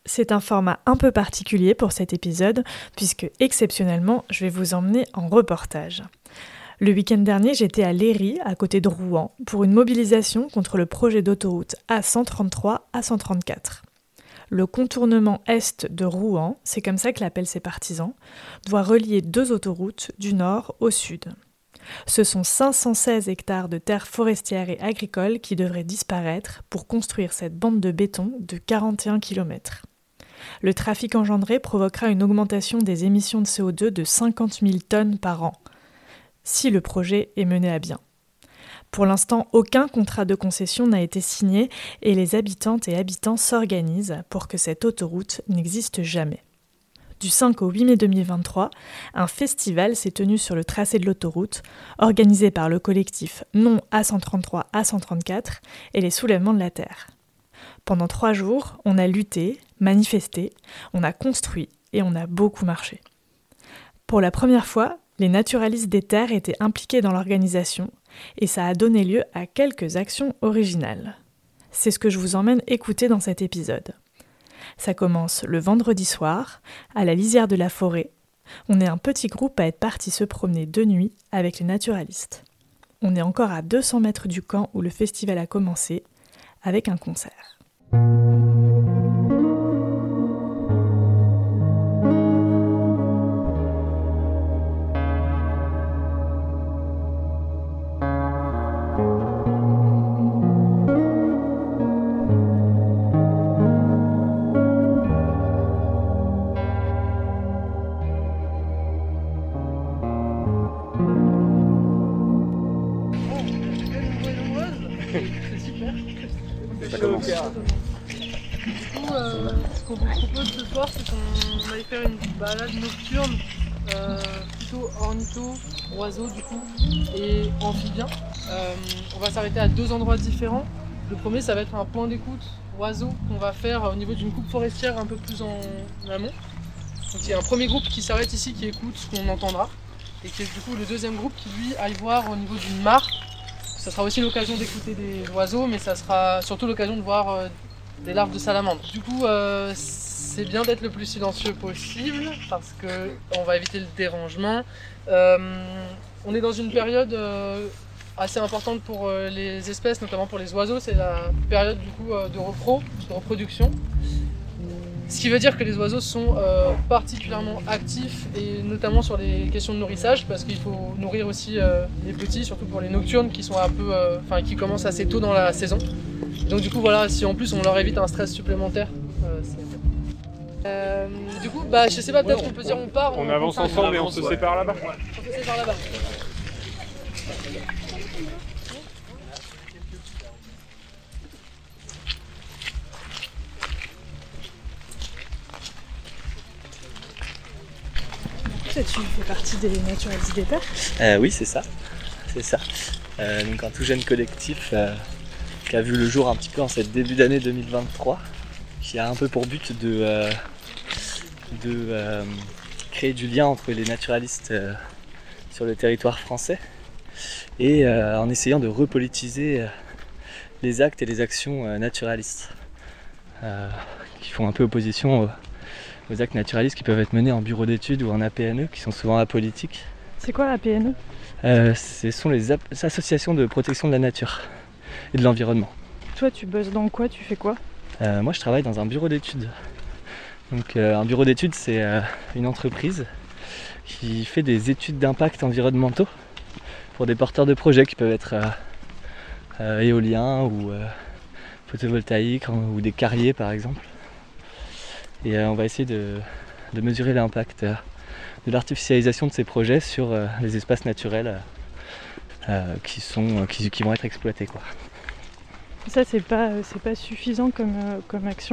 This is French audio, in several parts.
C'est un format un peu particulier pour cet épisode, puisque exceptionnellement, je vais vous emmener en reportage. Le week-end dernier, j'étais à Léry, à côté de Rouen, pour une mobilisation contre le projet d'autoroute A133-A134. Le contournement est de Rouen, c'est comme ça que l'appellent ses partisans, doit relier deux autoroutes du nord au sud. Ce sont 516 hectares de terres forestières et agricoles qui devraient disparaître pour construire cette bande de béton de 41 km. Le trafic engendré provoquera une augmentation des émissions de CO2 de 50 000 tonnes par an, si le projet est mené à bien. Pour l'instant, aucun contrat de concession n'a été signé et les habitantes et habitants s'organisent pour que cette autoroute n'existe jamais. Du 5 au 8 mai 2023, un festival s'est tenu sur le tracé de l'autoroute, organisé par le collectif Non A133-A134 et les Soulèvements de la Terre. Pendant 3 jours, on a lutté, manifesté, on a construit et on a beaucoup marché. Pour la première fois, les naturalistes des terres étaient impliqués dans l'organisation et ça a donné lieu à quelques actions originales. C'est ce que je vous emmène écouter dans cet épisode. Ça commence le vendredi soir, à la lisière de la forêt. On est un petit groupe à être parti se promener de nuit avec les naturalistes. On est encore à 200 mètres du camp où le festival a commencé, avec un concert. C'est super. Ça commence. Du coup, ce qu'on vous propose ce soir, c'est qu'on aille faire une balade nocturne, plutôt ornitho, oiseaux du coup, et amphibien. On va s'arrêter à 2 endroits différents. Le premier, ça va être un point d'écoute oiseaux qu'on va faire au niveau d'une coupe forestière un peu plus en amont. Donc il y a un premier groupe qui s'arrête ici, qui écoute ce qu'on entendra, et qui est du coup le deuxième groupe qui lui aille voir au niveau d'une mare. Ça sera aussi l'occasion d'écouter des oiseaux, mais ça sera surtout l'occasion de voir des larves de salamandre. Du coup, c'est bien d'être le plus silencieux possible parce qu'on va éviter le dérangement. On est dans une période assez importante pour les espèces, notamment pour les oiseaux. C'est la période du coup de reproduction. Ce qui veut dire que les oiseaux sont particulièrement actifs et notamment sur les questions de nourrissage parce qu'il faut nourrir aussi les petits, surtout pour les nocturnes qui sont qui commencent assez tôt dans la saison. Donc du coup voilà, si en plus on leur évite un stress supplémentaire, du coup je sais pas, peut-être qu'on peut dire on part. On avance ensemble et on se sépare là-bas. On se sépare là-bas. Tu fais partie des naturalistes des terres ? Oui, c'est ça. Donc un tout jeune collectif qui a vu le jour un petit peu en cette début d'année 2023, qui a un peu pour but de créer du lien entre les naturalistes sur le territoire français et en essayant de repolitiser les actes et les actions naturalistes qui font un peu opposition aux actes naturalistes qui peuvent être menés en bureau d'études ou en APNE, qui sont souvent apolitiques. C'est quoi APNE ? Ce sont les associations de protection de la nature et de l'environnement. Toi, tu bosses dans quoi ? Tu fais quoi ? Moi, je travaille dans un bureau d'études. Donc, un bureau d'études, c'est une entreprise qui fait des études d'impact environnementaux pour des porteurs de projets qui peuvent être éoliens ou photovoltaïques ou des carriers, par exemple. Et on va essayer de mesurer l'impact de l'artificialisation de ces projets sur les espaces naturels qui vont être exploités, quoi. Ça, c'est pas suffisant comme action ?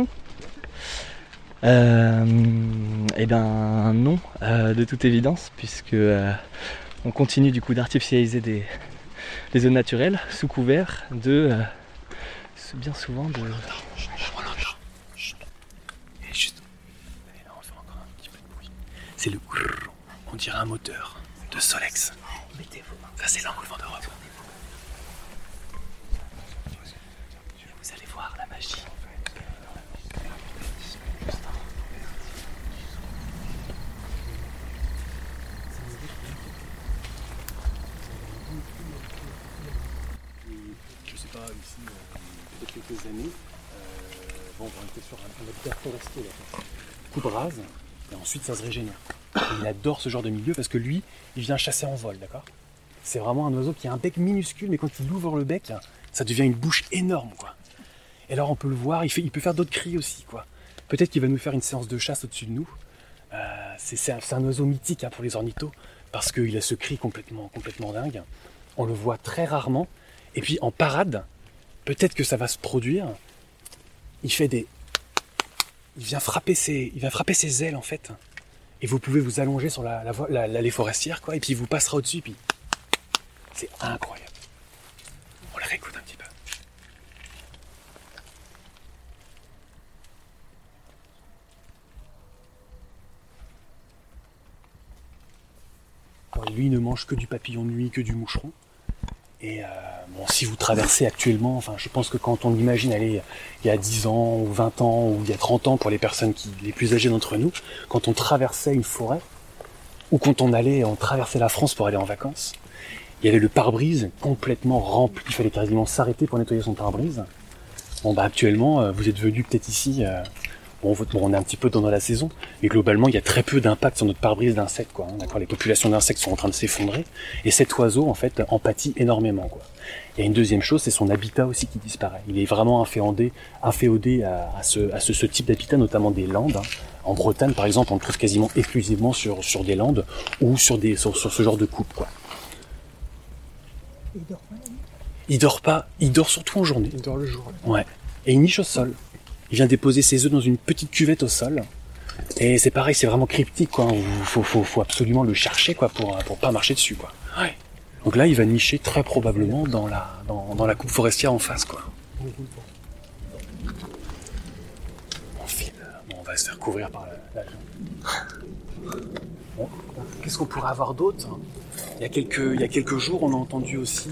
Eh ben non, de toute évidence, puisque on continue du coup d'artificialiser des zones naturelles sous couvert bien souvent de... C'est le grrr, on dirait un moteur de Solex. Ça c'est l'enlevant d'Europe. Vous allez voir la magie. quelques années, on était sur un habitat forestier, coupe rase, et ensuite ça se régénère. Et il adore ce genre de milieu parce que lui, il vient chasser en vol, d'accord ? C'est vraiment un oiseau qui a un bec minuscule, mais quand il ouvre le bec, ça devient une bouche énorme, quoi. Et alors on peut le voir, il peut faire d'autres cris aussi, quoi. Peut-être qu'il va nous faire une séance de chasse au-dessus de nous. C'est un oiseau mythique pour les ornithos, parce qu'il a ce cri complètement dingue. On le voit très rarement. Et puis en parade, peut-être que ça va se produire. Il vient frapper ses ailes en fait. Et vous pouvez vous allonger sur l'allée forestière, quoi. Et puis il vous passera au-dessus. Puis c'est incroyable. On le réécoute un petit peu. Bon, lui, il ne mange que du papillon de nuit, que du moucheron. Et si vous traversez actuellement, je pense que quand on imagine aller il y a 10 ans, ou 20 ans, ou il y a 30 ans pour les personnes les plus âgées d'entre nous, quand on traversait une forêt, ou quand on traversait la France pour aller en vacances, il y avait le pare-brise complètement rempli, il fallait quasiment s'arrêter pour nettoyer son pare-brise. Actuellement, vous êtes venu peut-être ici, on est un petit peu dans la saison, mais globalement, il y a très peu d'impact sur notre pare-brise d'insectes, quoi. D'accord, les populations d'insectes sont en train de s'effondrer, et cet oiseau, en fait, en pâtit énormément, quoi. Il y a une deuxième chose, c'est son habitat aussi qui disparaît. Il est vraiment inféodé à ce type d'habitat, notamment des landes. En Bretagne, par exemple, on le trouve quasiment exclusivement sur des landes ou sur ce genre de coupe, quoi. Il dort pas, il dort surtout en journée. Il dort le jour. Ouais. Et il niche au sol. Il vient déposer ses œufs dans une petite cuvette au sol. Et c'est pareil, c'est vraiment cryptique, quoi. Faut absolument le chercher, quoi, pour pas marcher dessus, quoi. Ouais. Donc là, il va nicher très probablement dans la coupe forestière en face, quoi. On file. Bon, on va se faire couvrir par la Bon, qu'est-ce qu'on pourrait avoir d'autre ? Il y a quelques jours, on a entendu aussi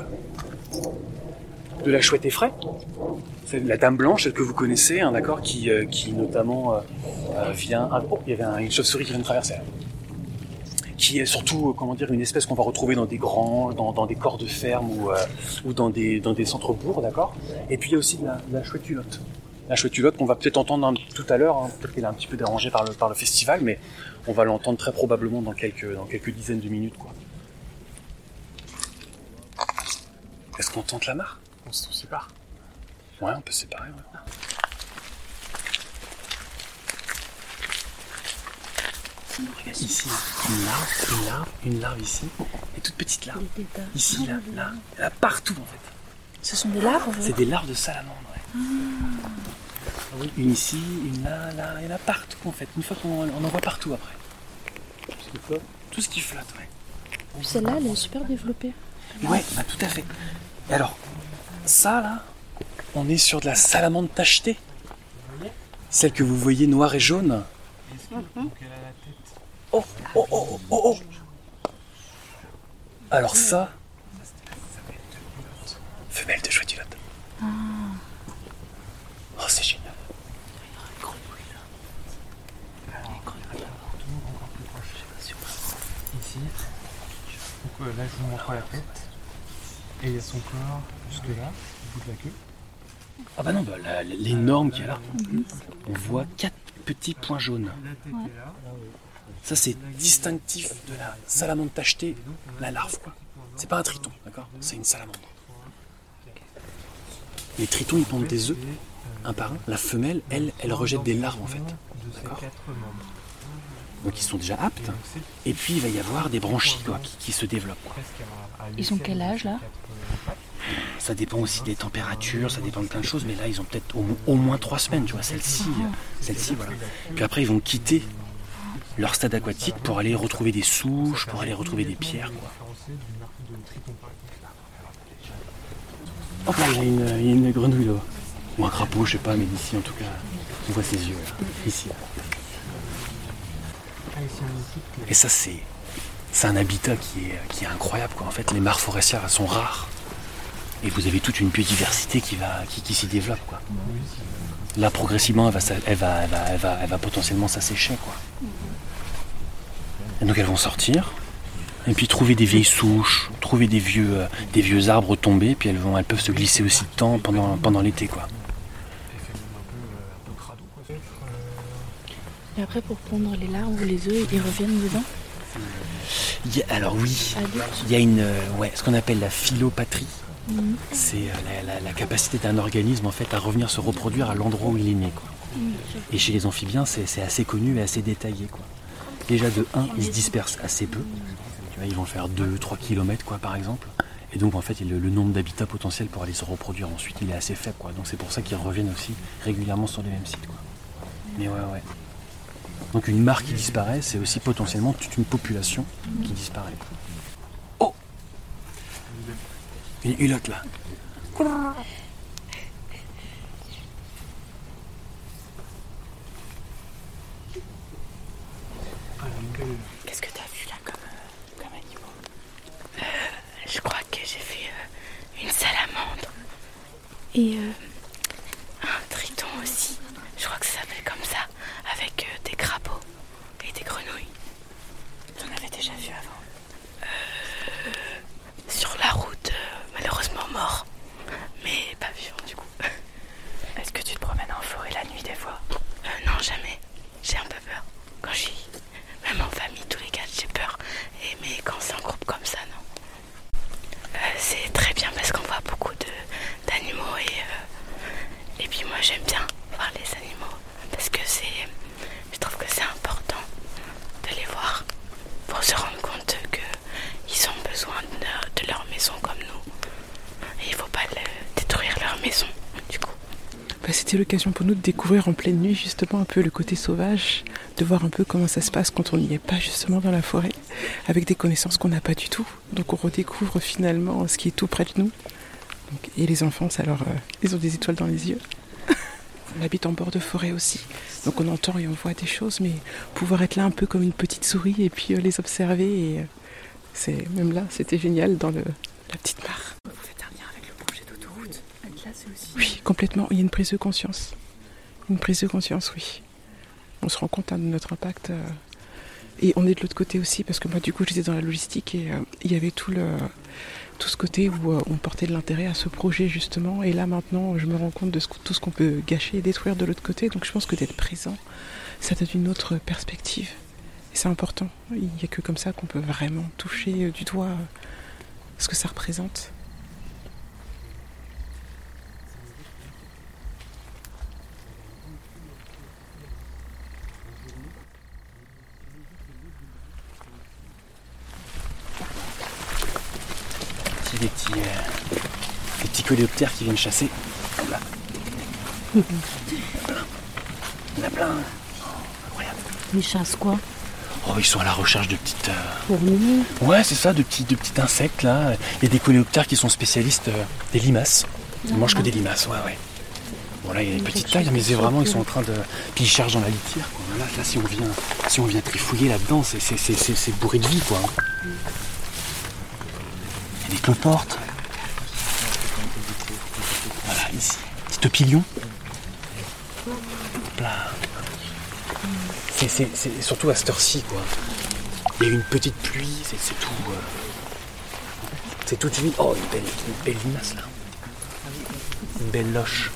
de la chouette effraie. C'est la dame blanche, celle que vous connaissez, d'accord, qui notamment vient... il y avait une chauve-souris qui vient de traverser. Qui est surtout, une espèce qu'on va retrouver dans des granges, dans des corps de ferme ou dans des centres-bourgs, d'accord. Et puis il y a aussi la chouette culotte. La chouette culotte qu'on va peut-être entendre tout à l'heure, peut-être qu'elle est un petit peu dérangée par le festival, mais on va l'entendre très probablement dans quelques dizaines de minutes, quoi. Est-ce qu'on tente la mare ? On se sépare. Ouais, on peut se séparer, ouais. Regarde ici, une larve ici, et toute petite larve. Ici, là, il y en a partout en fait. Ce sont des larves ? C'est des larves de salamandre, ouais. Oui, une ici, une là, il y en a partout en fait. Une fois qu'on en voit partout après. Tout ce qui flotte, ouais. Celle-là, elle est super développée. Ouais, tout à fait. Et alors, ça là, on est sur de la salamandre tachetée. Celle que vous voyez noire et jaune. Oh. Alors ça, femelle de chouette culotte. Oh, c'est génial. Ici. Donc là, je vous montre la tête. Et il y a son corps jusque là, au bout de la queue. Ah bah non, l'énorme qu'il y a là. On voit 4 petits points jaunes. Ça, c'est distinctif de la salamandre tachetée, la larve, quoi. C'est pas un triton, d'accord ? C'est une salamandre. Les tritons, ils pondent des œufs, un par un. La femelle, elle rejette des larves, en fait. D'accord ? Donc, ils sont déjà aptes. Et puis, il va y avoir des branchies, quoi, qui se développent, quoi. Ils ont quel âge, là ? Ça dépend aussi des températures, ça dépend de plein de choses, mais là, ils ont peut-être au moins 3 semaines, tu vois, celle-ci, voilà. Puis après, ils vont quitter leur stade aquatique pour aller retrouver des souches, pour aller retrouver des pierres, quoi. Hop là, il y a une grenouille là. Ou un crapaud, je sais pas, mais d'ici en tout cas, on voit ses yeux, là. Ici. Là. Et ça, c'est un habitat qui est incroyable, quoi. En fait, les mares forestières, elles sont rares. Et vous avez toute une biodiversité qui s'y développe, quoi. Là, progressivement, elle va potentiellement s'assécher, quoi. Et donc, elles vont sortir. Et puis trouver des vieilles souches, trouver des vieux arbres tombés, puis elles peuvent se glisser aussi dedans pendant l'été, quoi. Et après, pour pondre les larves ou les œufs, ils reviennent dedans? Alors oui, il y a ce qu'on appelle la phylopatrie. C'est la capacité d'un organisme en fait à revenir se reproduire à l'endroit où il est né, quoi. Et chez les amphibiens, c'est assez connu et assez détaillé, quoi. Déjà de 1, ils se dispersent assez peu. Tu vois, ils vont faire 2-3 km, quoi, par exemple. Et donc en fait le nombre d'habitats potentiels pour aller se reproduire ensuite il est assez faible, quoi. Donc c'est pour ça qu'ils reviennent aussi régulièrement sur les mêmes sites, quoi. Mais ouais. Donc une mare qui disparaît, c'est aussi potentiellement toute une population qui disparaît. Oh, une hulotte là. Qu'est-ce que t'as vu là comme animaux? Je crois que j'ai vu une salamandre et un triton aussi. Je crois que ça s'appelle comme ça, avec des crapauds et des grenouilles. J'en avais déjà vu avant. Sur la route, malheureusement mort, mais pas vivant du coup. Est-ce que tu te promènes en forêt la nuit des fois? Non, jamais. J'ai un peu peur. Quand je suis même en famille, tous les 4, j'ai peur. Mais quand c'est en groupe comme ça, non. C'est très bien parce qu'on voit beaucoup d'animaux et puis moi j'aime bien voir les animaux parce que je trouve que c'est important de les voir pour se rendre compte qu'ils ont besoin de leur maison comme nous. Et il ne faut pas détruire leur maison du coup. C'était l'occasion pour nous de découvrir en pleine nuit justement un peu le côté sauvage, de voir un peu comment ça se passe quand on n'y est pas justement dans la forêt, avec des connaissances qu'on n'a pas du tout. Donc on redécouvre finalement ce qui est tout près de nous. Et les enfants, ils ont des étoiles dans les yeux. On habite en bord de forêt aussi, donc on entend et on voit des choses, mais pouvoir être là un peu comme une petite souris et puis les observer, et même là, c'était génial dans la petite mare. Vous faites un lien avec le projet d'autoroute? Là, c'est aussi... Oui, complètement, il y a une prise de conscience. Une prise de conscience, oui. On se rend compte de notre impact. Et on est de l'autre côté aussi, parce que moi, du coup, j'étais dans la logistique et il y avait tout ce côté où on portait de l'intérêt à ce projet, justement. Et là, maintenant, je me rends compte de tout ce qu'on peut gâcher et détruire de l'autre côté. Donc, je pense que d'être présent, ça donne une autre perspective. Et c'est important. Il n'y a que comme ça qu'on peut vraiment toucher du doigt ce que ça représente. Des petits coléoptères qui viennent chasser. Là. Il y en a plein. Incroyable. Ils chassent quoi? Oh, ils sont à la recherche de petites... Fourmis. Ouais, c'est ça, de petits insectes là. Il y a des coléoptères qui sont spécialistes des limaces. Ils mangent que des limaces, ouais. Bon là, il y a des petites tailles, mais c'est vraiment, ils sont en train de... Puis ils cherchent dans la litière, quoi. Là, si on vient trifouiller là-dedans, c'est bourré de vie, quoi. Il y a des cloportes. Voilà, ici. Petit opilion. Là. C'est surtout à cette heure-ci, quoi. Il y a eu une petite pluie, c'est tout. C'est toute humide. Oh, une belle limace, là. Une belle loche.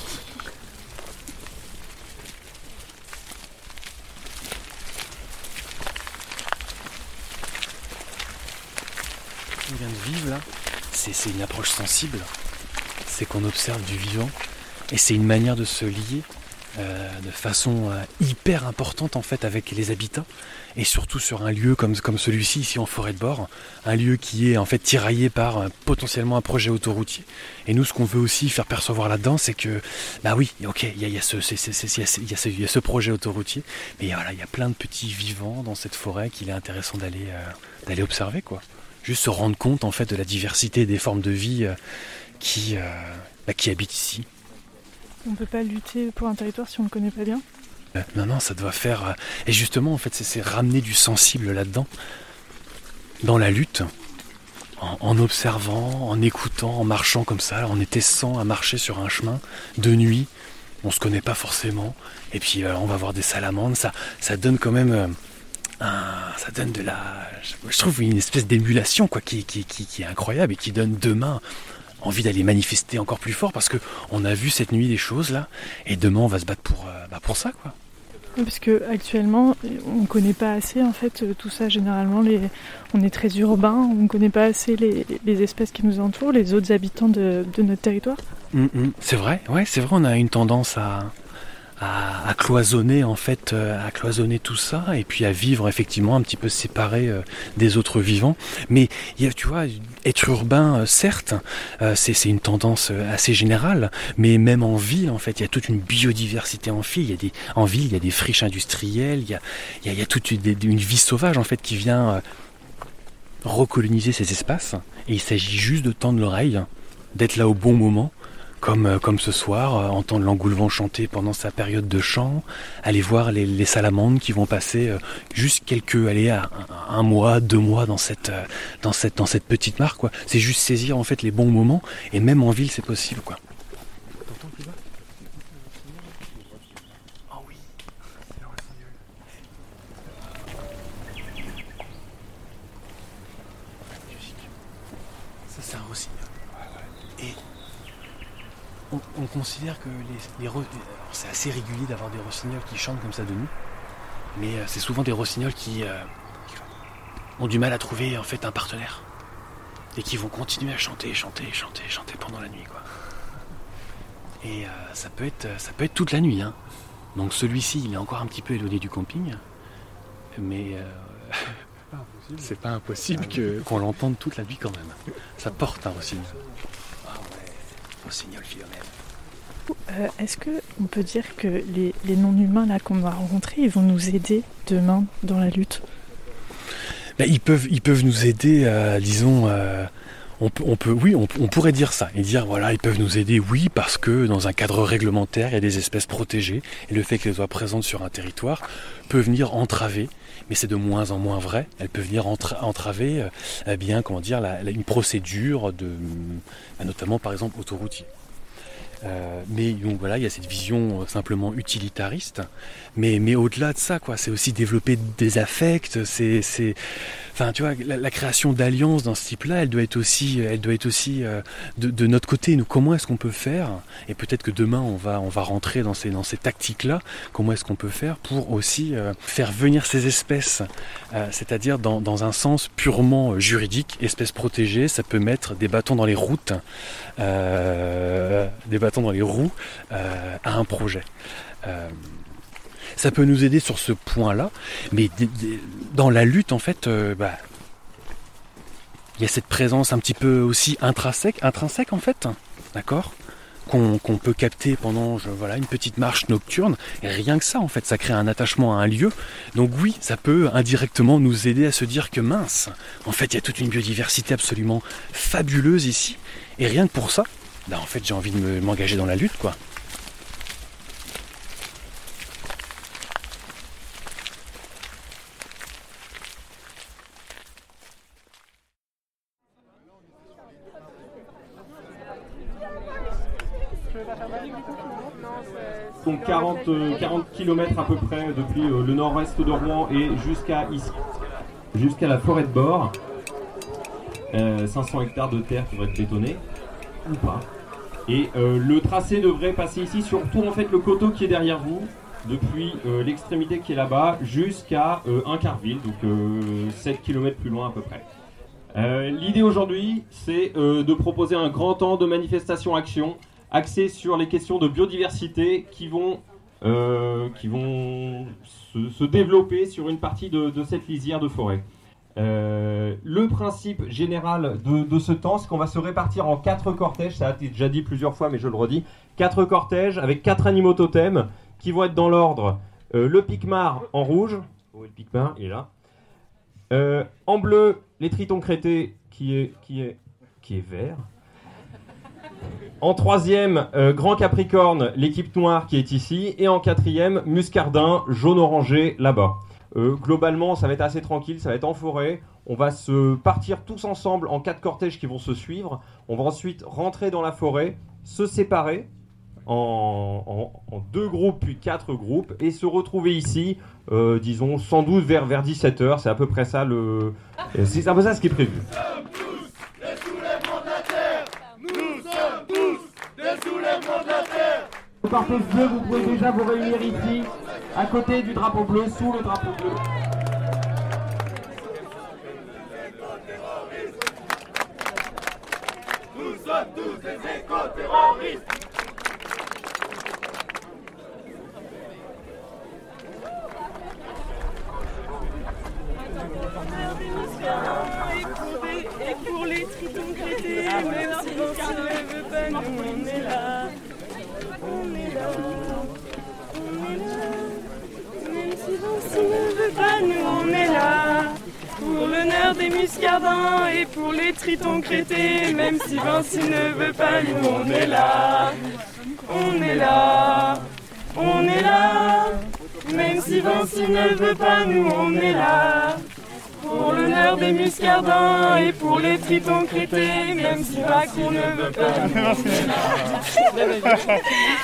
On vient de vivre là, c'est une approche sensible, c'est qu'on observe du vivant et c'est une manière de se lier de façon hyper importante en fait avec les habitats et surtout sur un lieu comme celui-ci ici en forêt de bord, un lieu qui est en fait tiraillé par potentiellement un projet autoroutier. Et nous ce qu'on veut aussi faire percevoir là-dedans c'est que bah oui ok il y a ce projet autoroutier mais voilà il y a plein de petits vivants dans cette forêt qu'il est intéressant d'aller observer quoi. Juste se rendre compte en fait de la diversité des formes de vie qui habitent ici. On ne peut pas lutter pour un territoire si on ne le connaît pas bien. Non, ça doit faire... Et justement, en fait, c'est ramener du sensible là-dedans, dans la lutte, en observant, en écoutant, en marchant comme ça, en tessant à marcher sur un chemin de nuit. On se connaît pas forcément. Et puis, on va voir des salamandres. Ça donne quand même ça donne je trouve une espèce d'émulation quoi, qui est incroyable et qui donne demain envie d'aller manifester encore plus fort parce que on a vu cette nuit des choses là et demain on va se battre pour ça quoi. Parce que actuellement, on ne connaît pas assez en fait tout ça. Généralement, on est très urbain, on ne connaît pas assez les espèces qui nous entourent, les autres habitants de notre territoire. C'est vrai, on a une tendance à cloisonner en fait, à cloisonner tout ça et puis à vivre effectivement un petit peu séparé des autres vivants. Mais tu vois, être urbain, certes, c'est une tendance assez générale, mais même en ville en fait, il y a toute une biodiversité en ville. Il y a des friches industrielles, il y a toute une vie sauvage en fait qui vient recoloniser ces espaces. Et il s'agit juste de tendre l'oreille, d'être là au bon moment. Comme ce soir, entendre l'engoulevent chanter pendant sa période de chant, aller voir les salamandres qui vont passer juste un mois, 2 mois dans cette petite mare quoi. C'est juste saisir en fait les bons moments et même en ville c'est possible quoi. T'entends plus bas ? Oh oui, c'est le rossignol. Ça c'est un rossignol. Et on considère que c'est assez régulier d'avoir des rossignols qui chantent comme ça de nuit, mais c'est souvent des rossignols qui ont du mal à trouver en fait un partenaire et qui vont continuer à chanter pendant la nuit quoi. Et ça peut être toute la nuit hein. Donc celui-ci il est encore un petit peu éloigné du camping, mais c'est pas impossible qu'on l'entende toute la nuit quand même. Ça porte un rossignol. Rossignol Philomèle. Est-ce qu'on peut dire que les non-humains là qu'on va rencontrer, ils vont nous aider demain dans la lutte ? Ils peuvent nous aider, disons, on pourrait dire ça et dire voilà, ils peuvent nous aider, oui, parce que dans un cadre réglementaire, il y a des espèces protégées et le fait qu'elles soient présentes sur un territoire peut venir entraver, mais c'est de moins en moins vrai, elles peuvent venir entraver une procédure notamment par exemple autoroutier. Mais donc voilà, il y a cette vision simplement utilitariste, mais au-delà de ça, quoi, c'est aussi développer des affects, enfin tu vois, la création d'alliances dans ce type-là, elle doit être aussi de notre côté. Nous, comment est-ce qu'on peut faire, et peut-être que demain on va rentrer dans ces tactiques-là, comment est-ce qu'on peut faire pour aussi faire venir ces espèces, c'est-à-dire dans un sens purement juridique, espèces protégées, ça peut mettre des bâtons dans les routes, à un projet. Ça peut nous aider sur ce point-là, mais dans la lutte, en fait, il y a cette présence un petit peu aussi intrinsèque en fait, d'accord, qu'on peut capter pendant une petite marche nocturne, et rien que ça, en fait, ça crée un attachement à un lieu. Donc oui, ça peut indirectement nous aider à se dire que mince, en fait, il y a toute une biodiversité absolument fabuleuse ici, et rien que pour ça, en fait, j'ai envie de m'engager dans la lutte, quoi. Donc 40 km à peu près depuis le nord-ouest de Rouen et jusqu'à la forêt de Bord. 500 hectares de terre qui vont être bétonnés ou pas. Et le tracé devrait passer ici sur tout en fait le coteau qui est derrière vous, depuis l'extrémité qui est là-bas jusqu'à Incarville, donc 7 km plus loin à peu près. L'idée aujourd'hui, c'est de proposer un grand temps de manifestation-action axé sur les questions de biodiversité qui vont se développer sur une partie de cette lisière de forêt. Le principe général de ce temps, c'est qu'on va se répartir en 4 cortèges, ça a été déjà dit plusieurs fois mais je le redis, 4 cortèges avec 4 animaux totems qui vont être dans l'ordre, le piquemar en rouge, le piquemar il est là, en bleu les tritons crétés qui est vert, en 3e grand capricorne l'équipe noire qui est ici, et en 4e muscardin jaune orangé là-bas. Globalement, ça va être assez tranquille, ça va être en forêt. On va se partir tous ensemble en 4 cortèges qui vont se suivre. On va ensuite rentrer dans la forêt, se séparer en 2 groupes puis 4 groupes et se retrouver ici, disons sans doute vers 17h, c'est à peu près ça c'est un peu ça ce qui est prévu. Vous partez bleu, vous pouvez déjà vous réunir ici, à côté du drapeau bleu, sous le drapeau bleu. Nous sommes tous des éco-terroristes. Et pour les tritons crétés, même si Vincent ne veut pas, nous on est là. On est là. On est là. Même si Vincent ne veut pas, nous on est là. Pour l'honneur des muscardins et pour les tritons crétés, même si Vinci ne veut pas, nous on est là. On est là. On est là. Même si Vinci ne veut pas, nous on est là. Pour l'honneur des muscardins et pour les tritons crétés, même si Macron ne veut pas, nous on est là.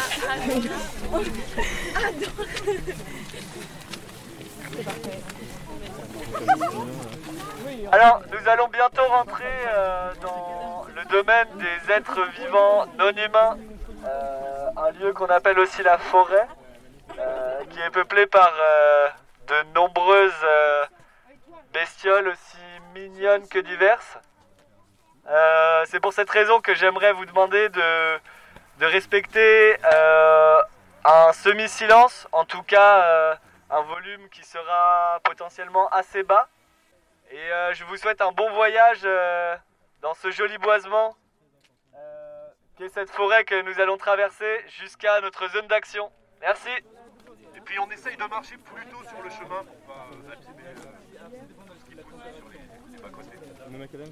Alors, nous allons bientôt rentrer dans le domaine des êtres vivants non humains, un lieu qu'on appelle aussi la forêt, qui est peuplé par de nombreuses bestioles aussi mignonnes que diverses. C'est pour cette raison que j'aimerais vous demander de respecter un semi-silence, en tout cas un volume qui sera potentiellement assez bas. Et je vous souhaite un bon voyage dans ce joli boisement qu'est cette forêt que nous allons traverser jusqu'à notre zone d'action. Merci. Et puis on essaye de marcher plutôt sur le chemin pour pas abîmer ce qui pousse sur les bas-côtés. Le macadam,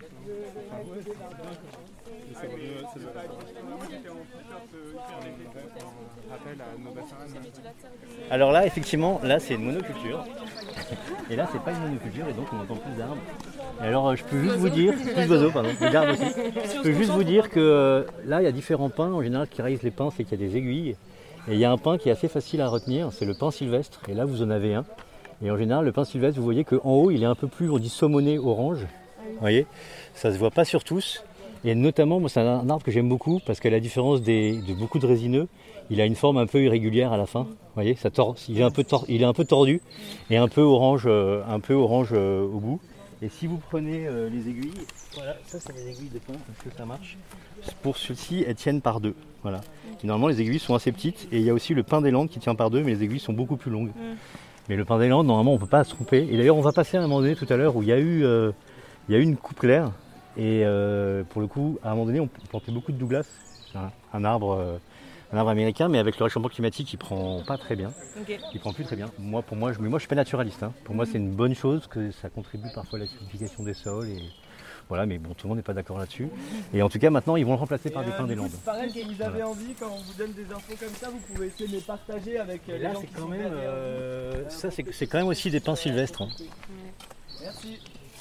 Alors là, effectivement, là c'est une monoculture. Et là, c'est pas une monoculture et donc on entend plus d'arbres. Et alors, je peux juste vous dire, plus d'oiseaux, pardon, d'arbres aussi. Je peux juste vous dire que là, il y a différents pins. En général, qui réalisent les pins, c'est qu'il y a des aiguilles. Et il y a un pin qui est assez facile à retenir, c'est le pin sylvestre. Et là, vous en avez un. Et en général, le pin sylvestre, vous voyez qu'en haut, il est un peu plus, on dit saumoné orange. Vous voyez, ça se voit pas sur tous. Et notamment, moi, c'est un arbre que j'aime beaucoup parce qu'à la différence de beaucoup de résineux, il a une forme un peu irrégulière à la fin. Vous voyez, il est un peu tordu et un peu orange au bout. Et si vous prenez les aiguilles, voilà, ça c'est les aiguilles de pin, est-ce que ça marche? Pour ceux-ci, elles tiennent par deux. Voilà. Et normalement, les aiguilles sont assez petites et il y a aussi le pin des Landes qui tient par deux, mais les aiguilles sont beaucoup plus longues. Mais le pin des Landes, normalement, on ne peut pas se tromper. Et d'ailleurs, on va passer à un moment donné tout à l'heure où il y a eu une coupe claire. Et pour le coup, à un moment donné, on plantait beaucoup de Douglas, un arbre américain, mais avec le réchauffement climatique, il prend pas très bien. Okay. Il prend plus très bien. Moi, je suis pas naturaliste. Hein. Pour moi, c'est une bonne chose que ça contribue parfois à l'acidification des sols. Et voilà, mais bon, tout le monde n'est pas d'accord là-dessus. Et en tout cas, maintenant, ils vont le remplacer par des pins des Landes. Pareil, si vous avez envie, quand on vous donne des infos comme ça, vous pouvez essayer de les partager avec les gens qui sont derrière. Ça, c'est quand même aussi des pins sylvestres. Hein. Merci.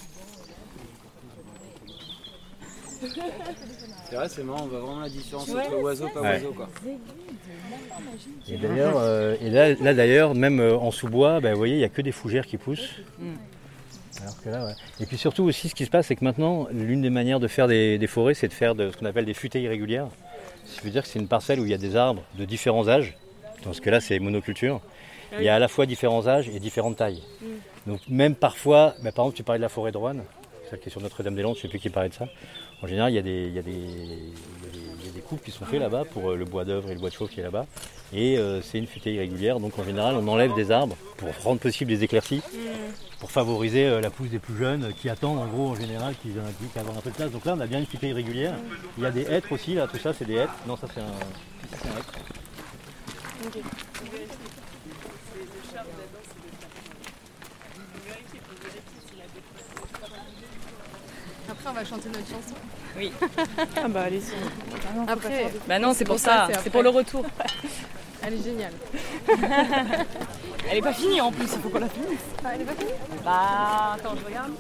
C'est vrai, c'est marrant, on voit vraiment la différence entre oiseau et pas oiseau, quoi. Et d'ailleurs, là d'ailleurs, même en sous-bois, vous voyez, il n'y a que des fougères qui poussent. Alors que là, ouais. Et puis surtout aussi, ce qui se passe, c'est que maintenant, l'une des manières de faire des forêts, c'est de faire ce qu'on appelle des futaies irrégulières. Ça veut dire que c'est une parcelle où il y a des arbres de différents âges. Dans ce cas-là, c'est monoculture. Il y a à la fois différents âges et différentes tailles. Donc même parfois, par exemple, tu parlais de la forêt de Roanne, celle qui est sur Notre-Dame-des-Landes, je ne sais plus qui parlait de ça. En général, il y a des coupes qui sont faits là-bas pour le bois d'œuvre et le bois de chauve qui est là-bas. Et c'est une futaie irrégulière, donc en général, on enlève des arbres pour rendre possible des éclaircies, pour favoriser la pousse des plus jeunes qui attendent en gros en général qu'ils aient avoir un peu de place. Donc là, on a bien une futaie irrégulière. Il y a des hêtres aussi, là, tout ça, c'est des hêtres. Non, ça, c'est un hêtre. Okay. Après, on va chanter notre chanson. Oui. Ah bah allez-y. Après, bah non, c'est pour ça. C'est pour le retour. Elle est géniale. Elle est pas finie en plus, il faut qu'on la finisse. Ah, elle est pas finie? Bah attends, je regarde.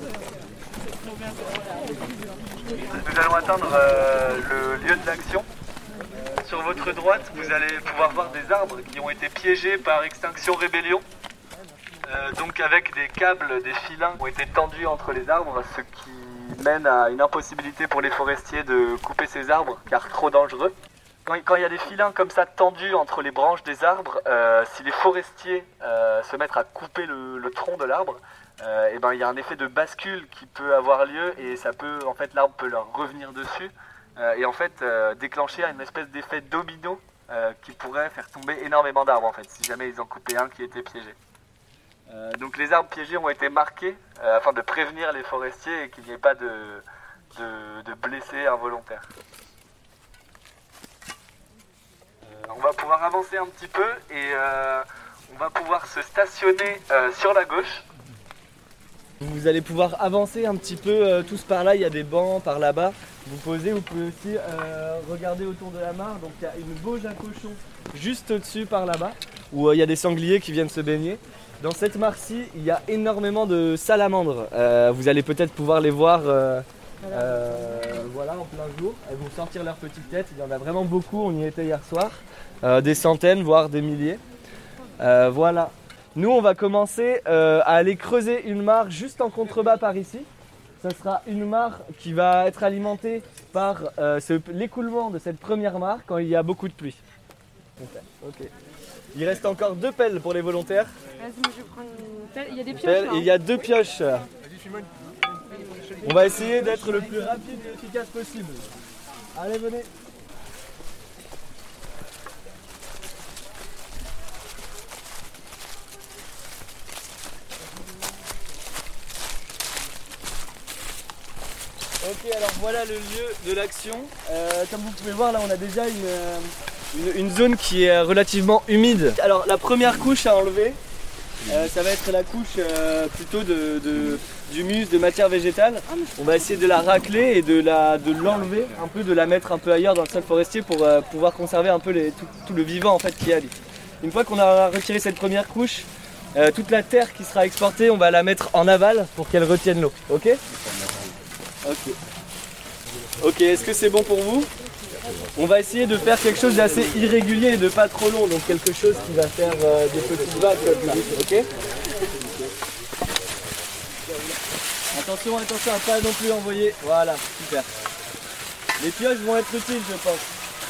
Nous allons atteindre le lieu de l'action sur votre droite, vous allez pouvoir voir des arbres qui ont été piégés par Extinction Rébellion. Donc avec des câbles, des filins qui ont été tendus entre les arbres, ce qui mène à une impossibilité pour les forestiers de couper ces arbres, car trop dangereux. Quand il y a des filins comme ça tendus entre les branches des arbres, si les forestiers se mettent à couper le tronc de l'arbre, et ben, il y a un effet de bascule qui peut avoir lieu et ça peut, en fait, l'arbre peut leur revenir dessus et en fait déclencher une espèce d'effet domino qui pourrait faire tomber énormément d'arbres en fait, si jamais ils en coupaient un qui était piégé. Donc les arbres piégés ont été marqués afin de prévenir les forestiers et qu'il n'y ait pas de blessés involontaires. On va pouvoir avancer un petit peu et on va pouvoir se stationner sur la gauche. Vous allez pouvoir avancer un petit peu tous par là, il y a des bancs par là-bas. Vous posez, vous pouvez aussi regarder autour de la mare. Donc il y a une bauge à cochon juste au-dessus par là-bas où il y a des sangliers qui viennent se baigner. Dans cette mare-ci, il y a énormément de salamandres. Vous allez peut-être pouvoir les voir voilà, en plein jour. Elles vont sortir leurs petites têtes. Il y en a vraiment beaucoup, on y était hier soir. Des centaines, voire des milliers. Voilà. Nous, on va commencer à aller creuser une mare juste en contrebas par ici. Ça sera une mare qui va être alimentée par l'écoulement de cette première mare quand il y a beaucoup de pluie. Okay. Il reste encore 2 pelles pour les volontaires. Vas-y, moi je vais prendre une pelle. Il y a des pioches là. Il y a 2 pioches. On va essayer d'être le plus rapide et efficace possible. Allez, venez. Ok, alors voilà le lieu de l'action. Comme vous pouvez voir, là on a déjà une zone qui est relativement humide. Alors la première couche à enlever, ça va être la couche plutôt d'humus, de matière végétale. On va essayer de la racler et de l'enlever un peu, de la mettre un peu ailleurs dans le sol forestier pour pouvoir conserver un peu tout le vivant en fait qui y a. Une fois qu'on a retiré cette première couche, toute la terre qui sera exportée, on va la mettre en aval pour qu'elle retienne l'eau. Ok ? Ok, est-ce que c'est bon pour vous? On va essayer de faire quelque chose d'assez irrégulier et de pas trop long, donc quelque chose qui va faire des petites vagues comme ça, ok? Attention, attention à pas non plus envoyer, voilà, super. Les pioches vont être utiles je pense.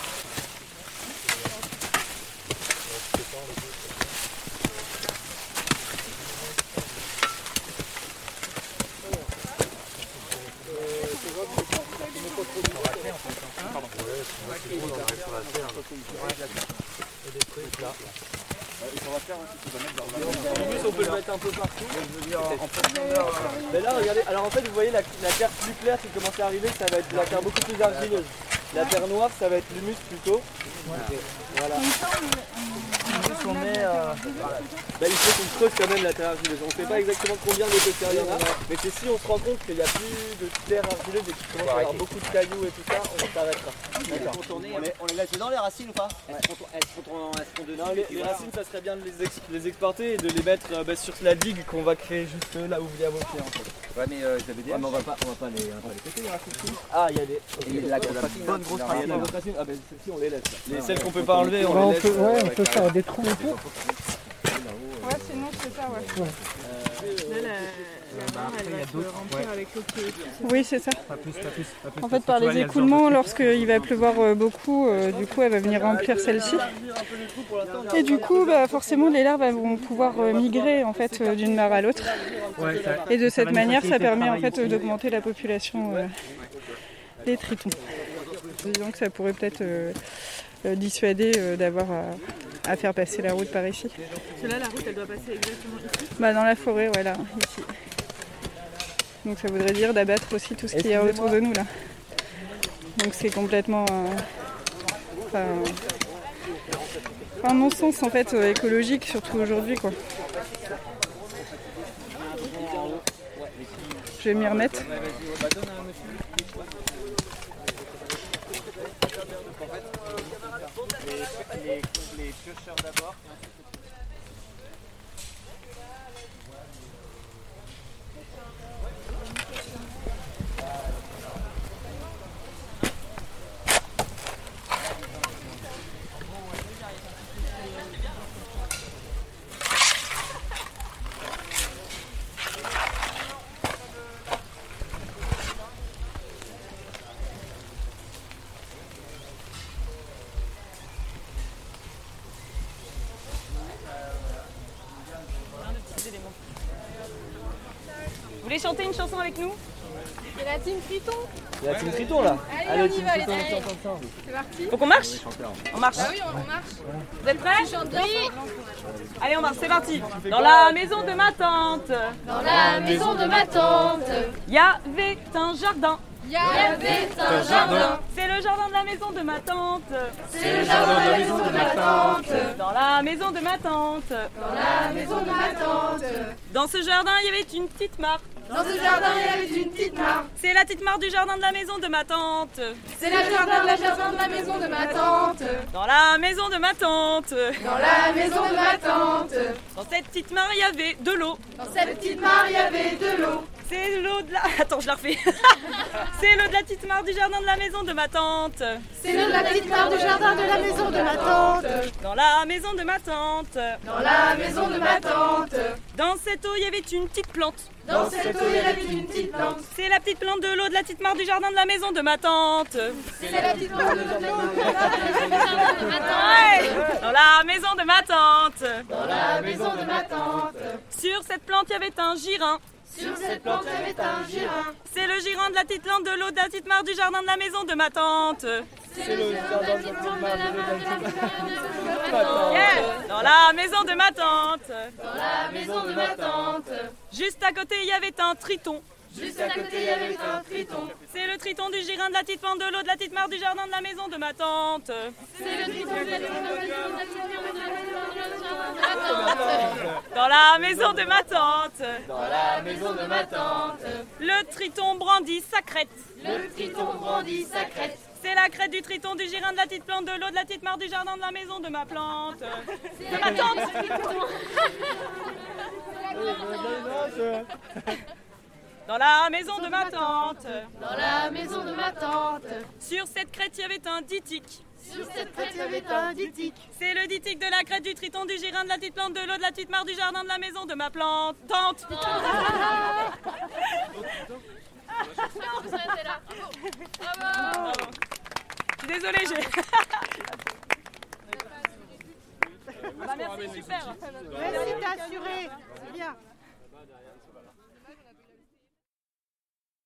On peut le mettre un peu partout. Mais là, regardez, alors en fait, vous voyez la terre plus claire qui commence à arriver, ça va être la terre beaucoup plus argileuse. La terre noire, ça va être l'humus plutôt. Voilà. On met, il faut qu'on creuse quand même la terre argileuse. On ne sait pas exactement combien d'épaisseur il y en a, mais c'est si on se rend compte qu'il n'y a plus de terre argileuse et qu'il commence à y avoir beaucoup de cailloux et tout ça, on s'arrêtera. On les laisse dedans les racines ou pas? Les racines, ça serait bien de les exporter et de les mettre sur la digue qu'on va créer juste là où il y a vos pieds en fait. Ouais mais mais on va pas les péter les racines. Ah il y a des bonnes grosses racines. Ah ben celles-ci on les laisse. Celles qu'on peut pas enlever on les laisse. Ouais, on peut faire des trous et tout. Ouais, sinon c'est ça, ouais. Là, la mare, elle va se remplir avec l'eau qui est... Oui, c'est ça. Pas plus. En fait, par les écoulements, lorsqu'il va pleuvoir beaucoup, du coup, elle va venir remplir celle-ci. Et du coup, forcément, les larves vont pouvoir migrer en fait d'une mare à l'autre. Et de cette manière, ça permet en fait d'augmenter la population des tritons. Disons que ça pourrait peut-être dissuader d'avoir à faire passer la route par ici. Parce que là, la route, elle doit passer exactement ici. Dans la forêt, voilà, ici. Donc ça voudrait dire d'abattre aussi tout ce qui est autour de nous là. Donc c'est complètement un non-sens en fait écologique, surtout aujourd'hui quoi. Je vais m'y remettre. Les piocheurs d'abord. éléments. Vous voulez chanter une chanson avec nous? C'est la team Triton. Il y a la team Triton là. Allez, on y team va, Triton, allez. on chante ensemble. C'est parti. Faut qu'on marche? On marche. Ah oui, on marche. Vous êtes prêts? Tu chantes bien. Allez, on marche, c'est parti. Dans la maison de ma tante. Dans la maison de ma tante. Il y avait un jardin. Il y avait un jardin. C'est le jardin de la maison de ma tante. C'est le jardin de la maison de ma tante. Dans la maison de ma tante. Dans la maison de ma tante. Dans ce jardin, il y avait une petite mare. Dans ce jardin, il y avait une petite mare. C'est la petite mare du jardin de la maison de ma tante. C'est le jardin de la maison de ma tante. Dans la maison de ma tante. Dans la maison de ma tante. Dans cette petite mare, il y avait de l'eau. Dans cette petite mare, il y avait de l'eau. C'est l'eau de la... Attends, je la refais. C'est l'eau de la petite mare du jardin de la maison de ma tante. C'est l'eau de la petite mare du jardin de la maison de ma tante. Dans la maison de ma tante. Dans la maison de ma tante. Dans cette eau, il y avait une petite plante. Dans cette eau, il y avait une petite plante. C'est la petite plante de l'eau de la petite mare du jardin de la maison de ma tante. C'est la petite plante de l'eau de ma tante. Ouais. Dans la maison de ma tante. Dans la maison de ma tante. Sur cette plante, il y avait un girin. Sur cette plante, il y avait un girin. C'est le girin de la petite plante de l'eau de la petite mare du jardin de la maison de ma tante. C'est le jardin de la petite plante de la maison de ma tante. Yeah. Dans la maison de ma tante. Dans la maison de ma tante. Juste à côté, il y avait un triton. Juste à côté, il y avait un triton. C'est le triton du girin de la petite plante de l'eau de la petite mare du jardin de la maison de ma tante. C'est le triton de la maison de la maison de ma tante. Dans la maison de ma tante. Dans la maison de ma tante. Le triton brandit sa crête. Le triton brandit sa crête. C'est la crête du triton du girin de la petite plante de l'eau de la petite mare du jardin de la maison de ma plante. De ma tante. Dans la maison de ma tante. Dans la maison de ma tante. Sur cette crête, il y avait un ditique. Sur cette crête, il y avait un ditique. C'est le ditique de la crête du triton du girin de la petite plante de l'eau de la petite mare du jardin de la maison de ma plante. Tante. Bravo. Je suis désolée, j'ai... Bah merci, super. Merci, t'as assuré. C'est bien.